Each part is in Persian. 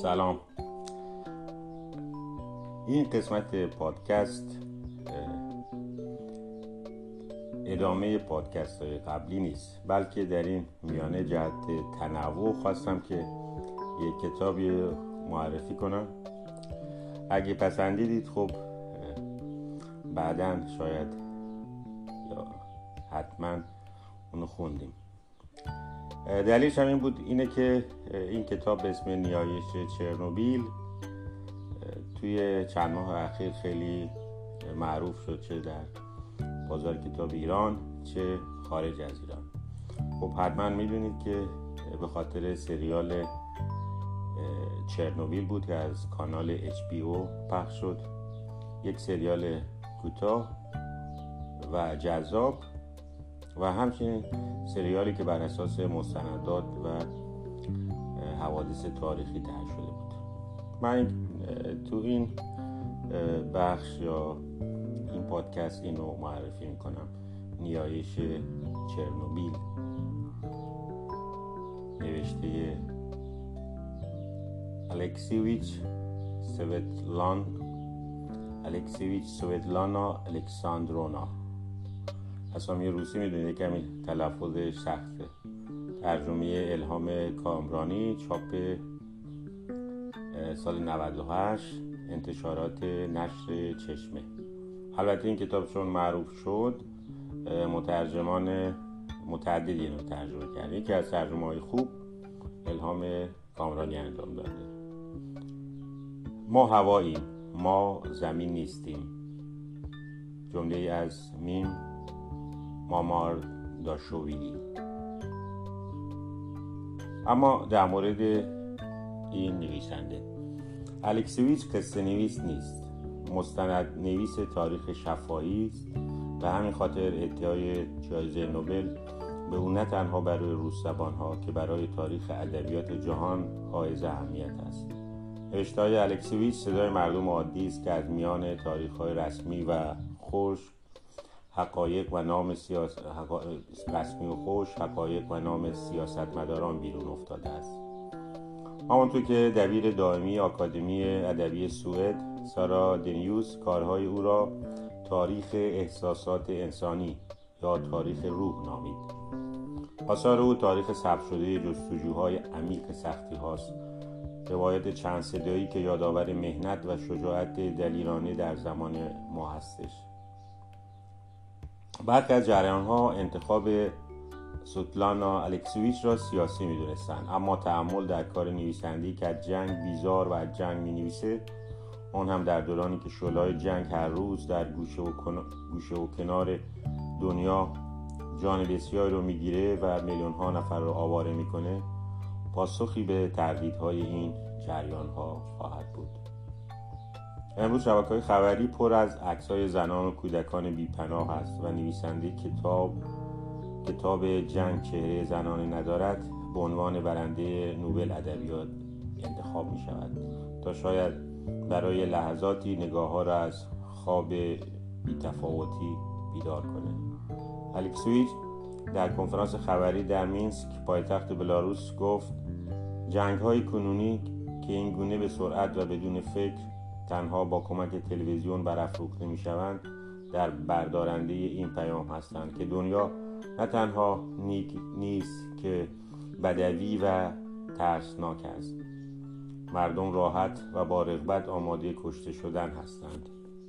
سلام. این قسمت پادکست ادامه پادکست های قبلی نیست، بلکه در این میانه جهت تنوع خواستم که یک کتابی معرفی کنم. اگه پسندیدید خب بعداً شاید یا حتما اونو خوندیم. دلیلش هم این بود اینه که این کتاب به اسم نیایش چرنوبیل توی چند ماه اخیر خیلی معروف شد، چه در بازار کتاب ایران چه خارج از ایران. خب حتما میدونید که به خاطر سریال چرنوبیل بود که از کانال HBO پخش شد. یک سریال کوتاه و جذاب و همچنین سریالی که بر اساس مستندات و حوادث تاریخی تهیه شده بود. من تو این بخش یا این پادکست اینو معرفی میکنم: نیایش چرنوبیل، نوشته الکسیویچ سویتلانا الکساندرونا. اسامی روسی میدونید کمی تلفظش سخته. ترجمه الهام کامرانی، چاپ سال 98، انتشارات نشر چشمه. البته این کتاب چون معروف شد مترجمان متعددی اینو ترجمه کرده. یکی از ترجمه‌های خوب الهام کامرانی انجام داده. ما هواییم، ما زمین نیستیم. جمله از میم مامار داشویلی. اما در مورد این نویسنده، الکسیویچ قصه نویس نیست، مستند نویس تاریخ شفاهی است. به همین خاطر ادعای جایزه نوبل به او نه تنها برای روس‌زبان‌ها که برای تاریخ ادبیات جهان حائز اهمیت است. نوشته‌های الکسیویچ صدای مردم عادی است که از میان تاریخ‌های رسمی و خوش حقایق و نام سیاستمداران بیرون افتاده است. همانطور که دبیر دائمی آکادمی ادبی سوئد سارا دنیوس کارهای او را تاریخ احساسات انسانی یا تاریخ روح نامید. آثار او تاریخ ثبت شده جستجوهای عمیق سختی هاست، روایت چند صدایی که یادآور مهنت و شجاعت دلیرانه در زمان ما هستش. برخی از جریان‌ها انتخاب سوتلانا الکسیویچ را سیاسی می‌دونستند، اما تأمل در کار نویسنده‌ای که از جنگ بیزار و از جنگ می‌نویسه، اون هم در دورانی که شعله‌های جنگ هر روز در گوشه و کنار دنیا جان بسیاری رو می‌گیره و میلیون‌ها نفر رو آواره می‌کنه، پاسخی به تردیدهای این جریان‌ها خواهد بود. امروز شبکه‌های خبری پر از عکس‌های زنان و کودکان بی‌پناه است و نویسنده کتاب جنگ چهره زنانه ندارد به عنوان برنده نوبل ادبیات انتخاب می‌شود تا شاید برای لحظاتی نگاه‌ها را از خواب بی‌تفاوتی بیدار کنه. الکسیویچ در کنفرانس خبری در مینسک پایتخت بلاروس گفت: جنگ‌های کنونی که این گونه به سرعت و بدون فکر تنها با کمک تلویزیون برافروخته می‌شوند در بردارنده این پیام هستند که دنیا نه تنها نیک نیست که بدوی و ترسناک است. مردم راحت و با رغبت آماده کشته شدن هستند.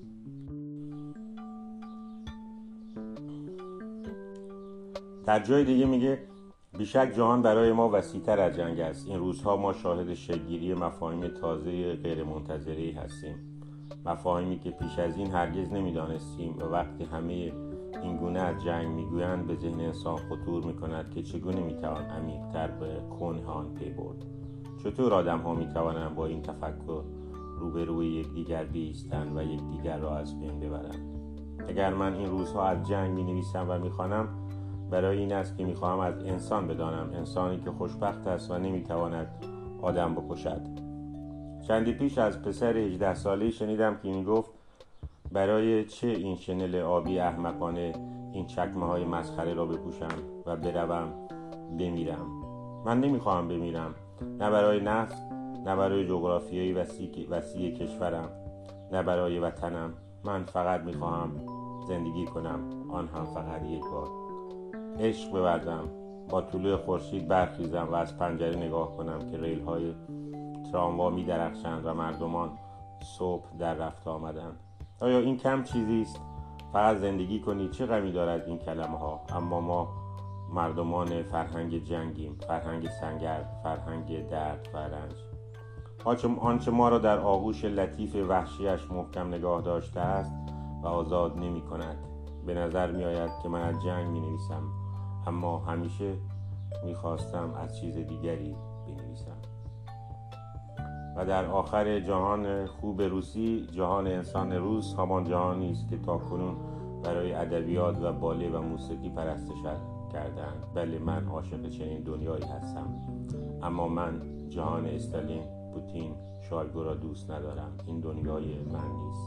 در جای دیگه میگه بیشک جهان برای ما وسیع‌تر از جنگ است. این روزها ما شاهد شکل‌گیری مفاهیم تازه غیرمنتظره‌ای هستیم. مفاهیمی که پیش از این هرگز نمی‌دانستیم و وقتی همه این گونه از جنگ میگویند به ذهن انسان خطور میکند که چگونه میتوان عمیق‌تر به کنه آن پی برد. چطور آدم‌ها میتوانند با این تفکر روبروی یکدیگر بایستند و یکدیگر را از بین ببرند. اگر من این روزها از جنگ مینویسم و میخوانم، برای این است که میخواهم از انسان بدانم، انسانی که خوشبخت است و نمیتواند آدم بکشد. چندی پیش از پسر 18 ساله‌ای شنیدم که میگفت برای چه این شنل آبی احمقانه این چکمه های مسخره را بپوشم و بروم بمیرم. من نمیخواهم بمیرم، نه برای نفت نه برای جغرافیای وسیع کشورم، نه برای وطنم. من فقط میخواهم زندگی کنم، آن هم فقط یک بار. عشق بورزم، با طلوع خورشید برخیزم و از پنجره نگاه کنم که ریل‌های تراموا می‌درخشند و مردمان صبح در رفت آمدند. آیا این کم چیزی است؟ فقط زندگی کنی. چه غمی دارد این کلمه ها؟ اما ما مردمان فرهنگ جنگیم، فرهنگ سنگرد، فرهنگ درد و رنج. آنچه ما را در آغوش لطیف وحشیش محکم نگاه داشته است و آزاد نمی کند. به نظر می آید که من از جنگ می نویسم، اما همیشه می خواستم از چیز دیگری بنویسم. و در آخر جهان خوب روسی، جهان انسان روس همان جهانی است که تاکنون برای ادبیات و باله و موسیقی پرستش کردند. بله، من عاشق چنین دنیایی هستم، اما من جهان استالین، پوتین، شایگو را دوست ندارم. این دنیای من نیست.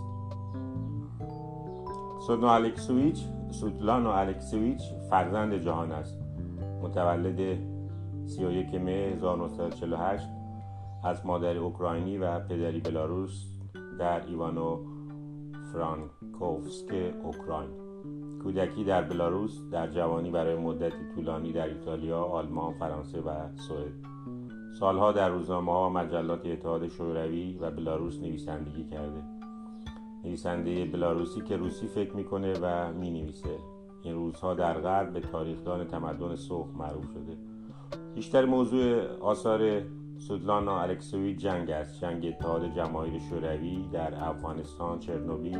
سوتلانا الکسیویچ فرزند جهان است. متولد 31 می 1948 از مادر اوکراینی و پدری بلاروس در ایوانو فرانکوفسک اوکراین. کودکی در بلاروس، در جوانی برای مدتی طولانی در ایتالیا، آلمان، فرانسه و سوئد. سالها در روزنامه‌ها و مجلات اتحاد شوروی و بلاروس نویسندگی کرده. نویسنده بلاروسی که روسی فکر میکنه و مینویسه. این روزها در غرب به تاریخدان تمدن سرخ معروف شده. بیشتر موضوع آثار سوتلانا الکسیویچ جنگ است. جنگ اتحاد جماهیر شوروی در افغانستان، چرنوبیل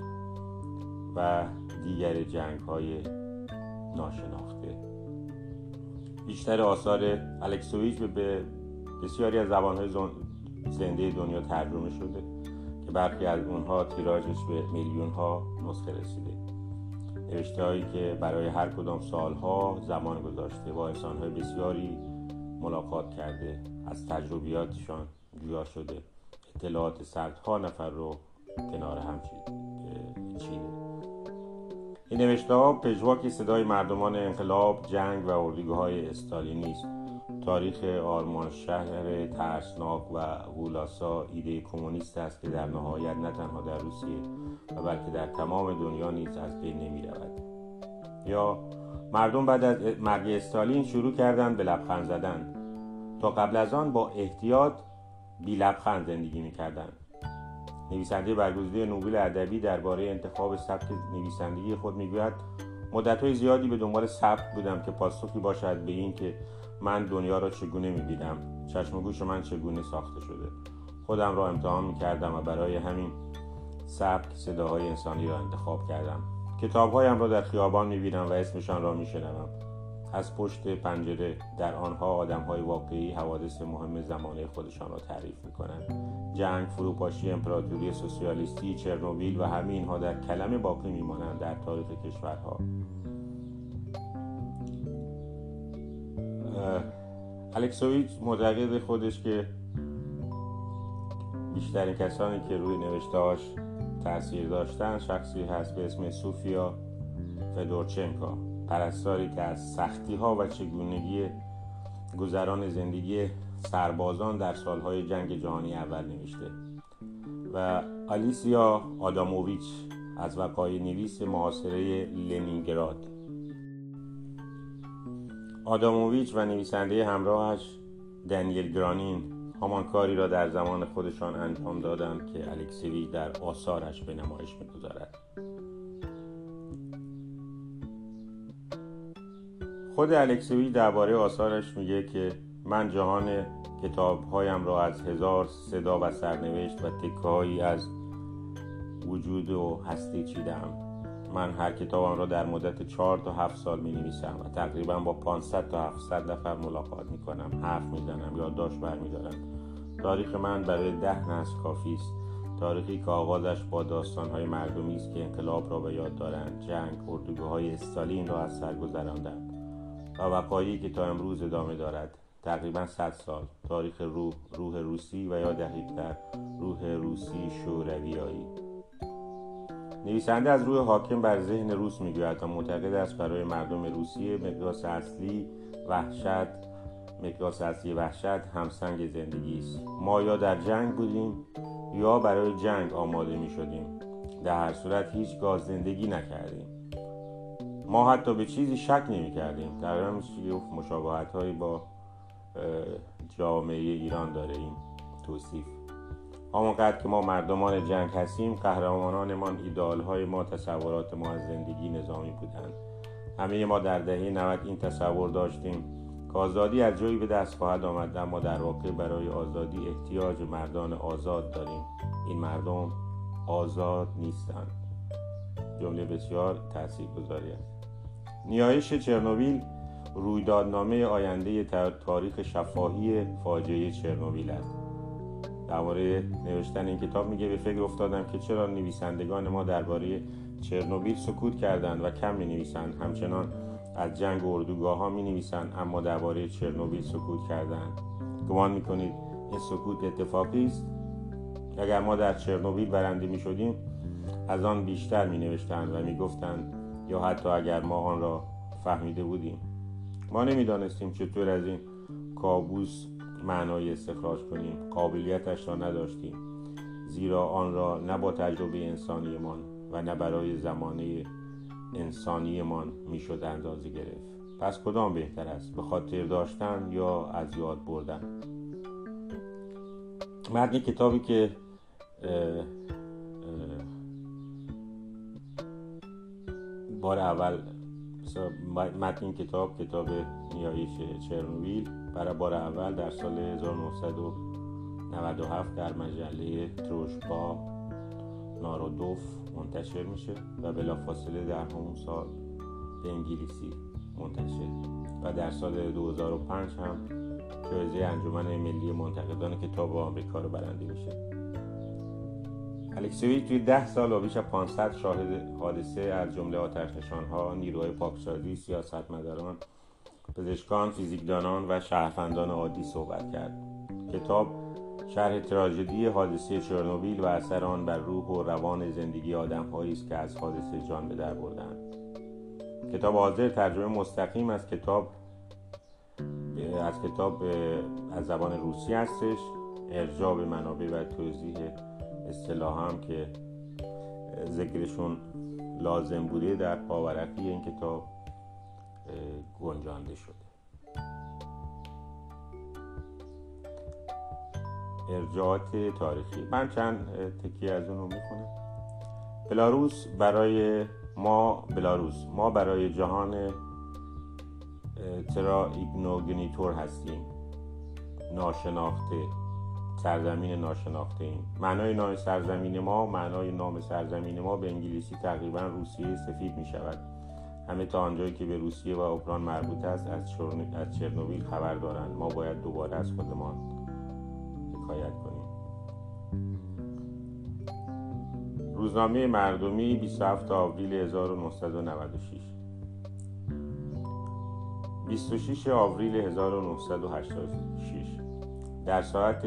و دیگر جنگ‌های ناشناخته. بیشتر آثار الکسیویچ به بسیاری از زبان‌های زنده دنیا ترجمه شده که برخی از اونها تیراژش به میلیون‌ها نسخه رسیده. نوشته‌هایی که برای هر کدام سالها زمان گذاشته، با انسان‌های بسیاری ملاقات کرده، از تجربیاتشان جویا شده، اطلاعات صدها نفر رو کنار هم چیده. این نوشته‌ها پژواک صدای مردمان انقلاب، جنگ و اردوگاه‌های استالینی است. تاریخ آرمان شهر ترسناک و غولاسا ایده کمونیست است که در نهایت نه تنها در روسیه و بلکه در تمام دنیا نیز از بین نمی‌رود. یا مردم بعد از مرگ استالین شروع کردند به لبخند زدن. تا قبل از آن با احتیاط بی لبخند زندگی می‌کردند. نویسنده برگزیده نوبل ادبی درباره انتخاب سبک نویسندگی خود میگوید: مدت‌های زیادی به دنبال سبک بودم که پاسخی باشد به این که من دنیا را چگونه می‌بینم، چشم و گوش من چگونه ساخته شده. خودم را امتحان می‌کردم و برای همین سبک صداهای انسانی را انتخاب کردم. کتاب‌هایم را در خیابان می‌بینم و اسمشان را می‌شنوم. از پشت پنجره در آنها آدم‌های واقعی حوادث مهم زمانه خودشان را تعریف می‌کنند. جنگ، فروپاشی امپراتوری سوسیالیستی، چرنوبیل و همه اینها در کلمه باقی می‌مانند در تاریخ کشورها. الکسیویچ معتقد خودش که بیشترین کسانی که روی نوشته‌هاش تأثیر داشتن شخصی هست به اسم سوفیا فدورچنکا، پرستاری که از سختی‌ها و چگونگی گذران زندگی سربازان در سالهای جنگ جهانی اول نوشته، و آلیسیا آداموویچ از وقایع نویس محاصره لنینگراد. آداموویچ و نویسنده همراهش دانیل گرانین همان کاری را در زمان خودشان انجام دادند که الکسیویچ در آثارش به نمایش می‌گذارد. خود الکسیویچ درباره آثارش میگه که من جهان کتاب‌هایم را از 1000 صدا و سرنوشت و تکه‌هایی از وجود و هستی چیدم. من هر کتابم را در مدت 4 تا 7 سال می‌نویسم و تقریباً با 500 تا 700 نفر ملاقات می‌کنم، حرف می‌زنم، یادداشت برمی‌دارم. تاریخ من برای 10 نسل کافی است. تاریخی که آغازش با داستان‌های مردمی است که انقلاب را به یاد دارند، جنگ، اردوگاه‌های استالین را از سر گذراندند و وقایعی که تا امروز ادامه دارد. تقریباً 100 سال. تاریخ روح روسی و یا دقیق‌تر روح روسی شورویایی. نویسنده از روح حاکم بر ذهن روس میگوید و معتقد است برای مردم روسیه مقیاس اصلی وحشت مقیاس اصلی وحشت همسنگ زندگی است. ما یا در جنگ بودیم یا برای جنگ آماده می شدیم. در هر صورت هیچگاه زندگی نکردیم. ما حتی به چیزی شک نمی کردیم. تقریبا میشه گفت مشابهت هایی با جامعه ایران داره این توصیف. همانقدر که ما مردمان جنگ هستیم، قهرمانانمان، ایدئال های ما، تصورات ما از زندگی نظامی بودند. همه ما در دهه 90 این تصور داشتیم که آزادی از جایی به دست خواهد آمد، اما در واقع برای آزادی احتیاج مردان آزاد داریم. این مردم آزاد نیستند. جمله بسیار تاثیرگذاری است. نیایش چرنوبیل رویدادنامه آینده تاریخ شفاهی فاجعه چرنوبیل است. در مورد نوشتن این کتاب میگه به فکر افتادم که چرا نویسندگان ما درباره چرنوبیل سکوت کردند و کم می‌نویسند. همچنان از جنگ اردوگاه‌ها می‌نویسند اما درباره چرنوبیل سکوت کردند. گمان می‌کنید این سکوت اتفاقی است؟ اگر ما در چرنوبیل برنده می‌شدیم از آن بیشتر می‌نوشتند و می‌گفتند، یا حتی اگر ما آن را فهمیده بودیم. ما نمی‌دانستیم چطور از این کابوس معنای استخراج کنیم. قابلیتش را نداشتیم، زیرا آن را نه با تجربه انسانیمان و نه برای زمانه انسانیمان میشد اندازه گرفت. پس کدام بهتر است، به خاطر داشتن یا از یاد بردن؟ متن کتابی که بار اول متن این کتاب نیایش چرنوبیل برای بار اول در سال 1997 در مجله تروشبا نارودوف منتشر میشه و بلافاصله در همون سال به انگلیسی منتشر و در سال 2005 هم جایزه انجمن ملی منتقدان کتاب آمریکا رو برنده میشه. الکسیویچ توی 10 سال و بیش از 500 شاهد حادثه از جمله آتش‌نشان‌ها، نیروهای پاکسازی، سیاستمداران، پزشکان، فیزیکدانان و شهروندان عادی صحبت کرد. کتاب شرح تراژدی حادثه چرنوبیل و اثر آن بر روح و روان زندگی آدم‌هایی است که از حادثه جان به در بردند. کتاب حاضر ترجمه مستقیم از کتاب از زبان روسی هستش. ارجاع به منابع و توضیح اصطلاح هم که ذکرشون لازم بوده در پاورقی این کتاب گنجانده شده. ارجاعات تاریخی من چند تکی از اون رو میخونم. بلاروس ما برای جهان ترا ایگنوگنیتور هستیم، ناشناخته، سرزمین ناشناخته ایم. معنای نام سرزمین ما به انگلیسی تقریبا روسیه سفید می شود. همه تا آنجایی که به روسیه و اوکراین مربوط است از چرنوبیل خبر دارند. ما باید دوباره از خودمان حکایت کنیم. روزنامه مردمی 27 آوریل 1996 26 آوریل 1986 در ساعت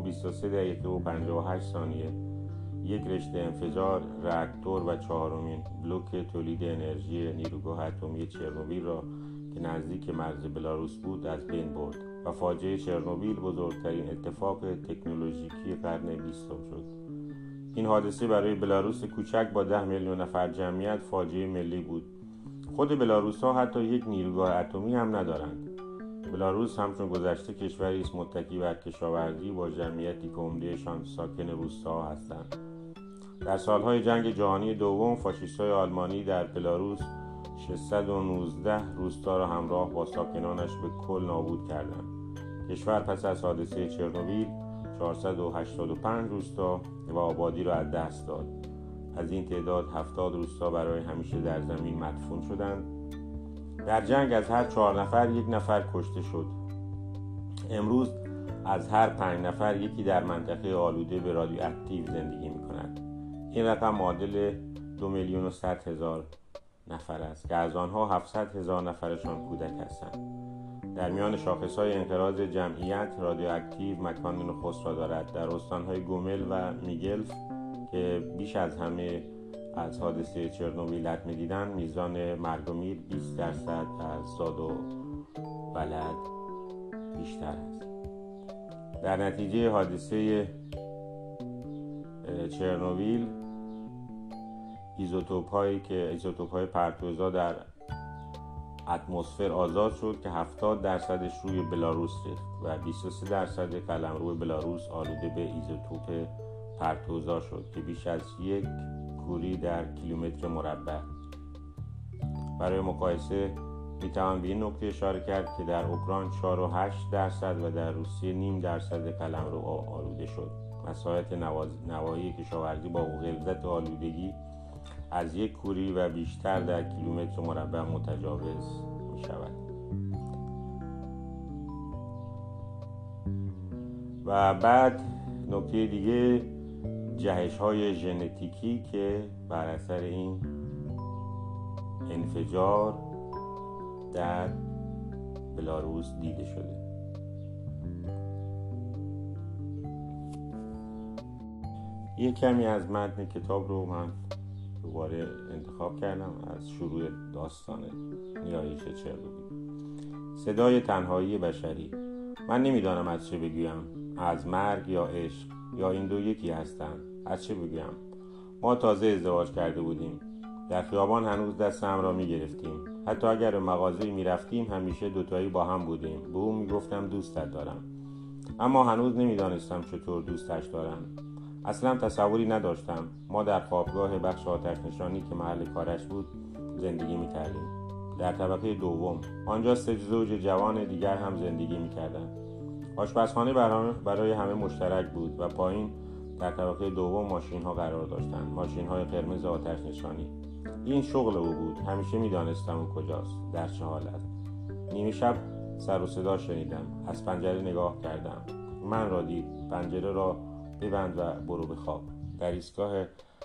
1:23:58 یک رشته انفجار راکتور و 4مین بلوک تولید انرژی نیروگاه اتمی چرنوبیل را که نزدیک مرز بلاروس بود از بین برد و فاجعه چرنوبیل بزرگترین اتفاق تکنولوژیکی قرن 20 شد. این حادثه برای بلاروس کوچک با 10 میلیون نفر جمعیت فاجعه ملی بود. خود بلاروس‌ها حتی یک نیروگاه اتمی هم ندارند. بلاروس همچون گذشته کشوری است متکی بر کشاورزی با جمعیتی که عمده‌شان ساکن روستاها هستند. در سالهای جنگ جهانی دوم فاشیست‌های آلمانی در بلاروس 619 روستا را همراه با ساکنانش به کل نابود کردند. کشور پس از حادثه چرنوبیل 485 روستا و آبادی را از دست داد. از این تعداد 70 روستا برای همیشه در زمین مدفون شدند. در جنگ از هر 4 نفر 1 نفر کشته شد. امروز از هر 5 نفر یکی در منطقه آلوده به رادیواکتیو زندگی می‌کند. این رقم معادل 2,100,000 نفر است که از آنها 700,000 نفرشان کودک هستند. در میان شاخص‌های انقراض جمعیت رادیواکتیو مکان نخست را دارد. در استان‌های گومل و میگلف که بیش از همه از حادثه چرنوبیل لطمه دیدن، میزان مرگ و میر 20% از زاد و ولد بیشتر است. در نتیجه حادثه چرنوبیل ایزوتوپ های پرتوزا در اتمسفر آزاد شد که 70% روی بلاروس ریخت و 23% قلمرو بلاروس آلوده به ایزوتوپ پرتوزا شد که بیش از 1 کوری در کیلومتر مربع. برای مقایسه میتوان به این نکته اشاره کرد که در اوکراین 4.8% و در روسیه 0.5% قلمرو آلوده شد. مساحت نواحی کشاورزی با غلظت آلودگی از 1 کوری و بیشتر در کیلومتر مربع متجاوز می شود. و بعد نکته دیگه جهش‌های ژنتیکی که بر اثر این انفجار در بلاروس دیده شده. یک کمی از متن کتاب رو من دوباره انتخاب کردم از شروع داستان نیایش چرنوبیل. صدای تنهایی بشری. من نمیدانم از چه بگویم، از مرگ یا عشق، یا این دو یکی هستند. از چه بگویم؟ ما تازه ازدواج کرده بودیم. در خیابان هنوز دستم را می گرفتیم. حتی اگر به مغازه می رفتیم همیشه دوتایی با هم بودیم. به او می گفتم دوستت دارم، اما هنوز نمی دانستم چطور دوستش دارم. اصلا تصوری نداشتم. ما در خوابگاه بخش آتش نشانی که محل کارش بود زندگی می کردیم. در طبقه دوم. آنجا 3 زوج جوان دیگر هم زندگی می کردن. آشپزخانه برای همه مشترک بود و پایین در طبقه دوم ماشین ها قرار داشتند. ماشین های قرمز آتش نشانی. این شغل او بود. همیشه می دانستم او کجاست، در چه حالت. نیمه شب سر و صدا شنیدم. از پنجره نگاه کردم. من را دید. پنجره را ببند و برو بخواب. در ایستگاه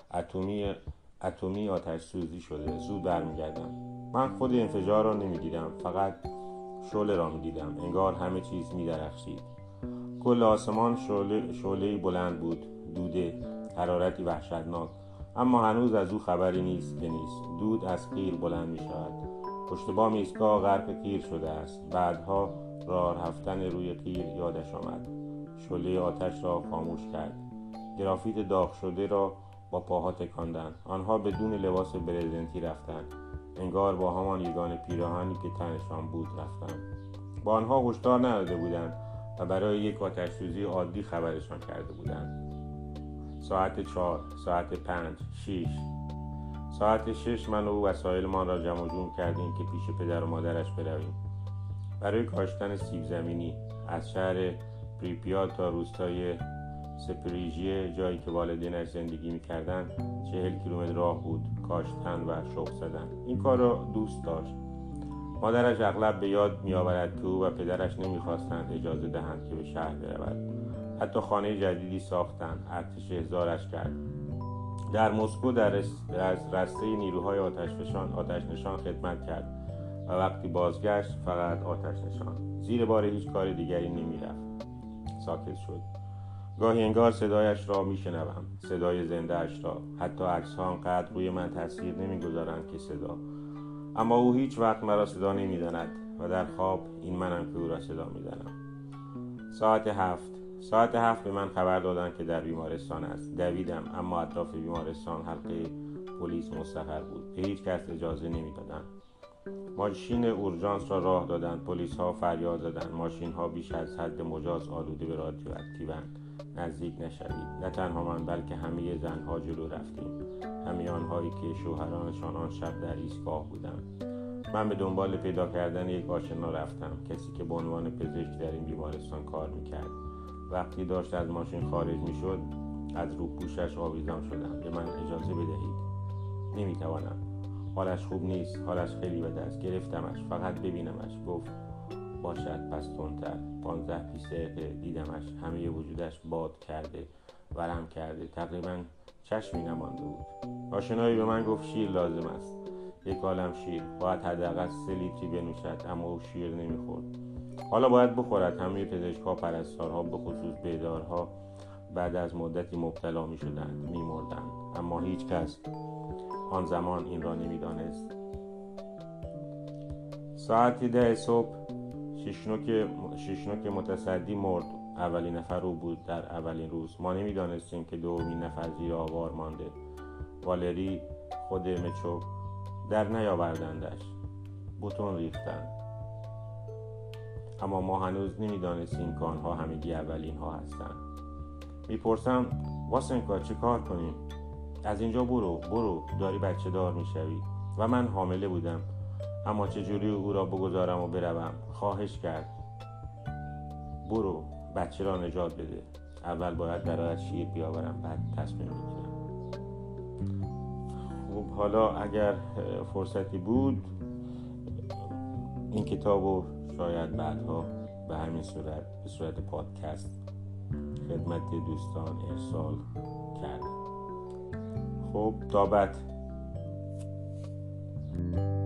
اتمی آتش سوزی شده. زود برمیگردم. من خود انفجار را نمیدیدم، فقط شعله را میدیدم. انگار همه چیز میدرخشید. کل آسمان شعله‌ای بلند بود، دوده، حرارتی وحشتناک. اما هنوز از او خبری نیست. دود از قیر بلند می شود. پشت بام ایستگاه غرق قیر شده است. بعدها راه رفتن روی قیر یادش آمد. شعله آتش را خاموش کرد. گرافیت داغ شده را با پاها تکاندند. آنها بدون لباس برزنتی رفتند. انگار با همان یگان پیراهنی که تنشان بود رفتند. با آنها هشدار نداده بودند و برای یک آتش سوزی عادی خبرشان کرده بودند. ساعت 4، ساعت 5، 6. ساعت 6 من و او وسایلمان را جمع جور کردیم که پیش پدر و مادرش برویم. برای کاشتن سیب زمینی از شهر پریپیات تا روستای سپریژیه، جایی که والدینش زندگی می‌کردند، 40 کیلومتر راه بود. کاشتن و شخم زدن. این کار را دوست داشت. مادرش اغلب به یاد می‌آورد که او و پدرش نمی‌خواستند اجازه دهند که به شهر برود. حتی خانه جدیدی ساختند. ارتش احضارش کرد. در مسکو از رسته نیروهای آتش نشان خدمت کرد و وقتی بازگشت فقط آتش نشان. زیر بار هیچ کار دیگری نمی‌رفت. ساکت شد. گاهی انگار صدایش را میشنوم، صدای زنده اش را. حتی عکس‌ها آنقدر روی من تاثیر نمیگذارند که صدا. اما او هیچ وقت مرا صدا نمیزند و در خواب این منم که او را صدا میزنم. ساعت 7 به من خبر دادند که در بیمارستان است. دویدم، اما اطراف بیمارستان حلقه پلیس مستقر بود. به هیچ کس اجازه نمیدادند. ماشین اورژانس را راه دادند. پلیس ها فریاد زدند. ماشین ها بیش از حد مجاز آلوده به رادیواکتیوند. نزدیک نشوید. نه تنها من، بلکه همه زنها جلو رفتیم. همه آنهایی که شوهرانشان آن شب در ایستگاه بودند. من به دنبال پیدا کردن یک آشنا رفتم، کسی که به عنوان پزشک در این بیمارستان کار میکرد. وقتی داشت از ماشین خارج میشد از روپوشش آویزان شدم. به من اجازه بدهید. نمیتوانم. حالش خوب نیست. حالش خیلی بد است. گرفتمش. فقط ببینمش. گفت باشد. پس تندتر. 15-20 دقیقه دیدمش. همه وجودش باد کرده، ورم کرده. تقریبا چشمی نمانده بود. آشنایی به من گفت شیر لازم است. یک عالم شیر. باید حداقل 3 لیتری بنوشد، اما او شیر نمیخورد. حالا باید بخورد. همه پزشک‌ها، پرستارها، به خصوص بیدارها، بعد از مدتی مبتلا می‌شدند، می‌مردند. اما هیچ کس آن زمان این را نمی‌دانست. ساعت 10 صبح شیشنوک متصدی مرد. اولین نفر او بود در اولین روز. ما نمیدانستیم که دومین نفر زیر آوار مانده. والری خود مچو در نیاوردندش. بوتون ریختند. اما ما هنوز نمیدانستیم که آنها همگی اولین ها هستند. میپرسم واسنکا چه کار کنیم؟ از اینجا برو داری بچه دار میشوی. و من حامله بودم. اما چجوری او را بگذارم و بروم؟ خواهش کرد برو بچه را نجات بده. اول باید برایت شیر بیاورم، بعد تصمیم میگیرم. خب حالا اگر فرصتی بود این کتابو شاید بعدها به همین صورت، به صورت پادکست خدمت دوستان ارسال کردم. خب تا بعد.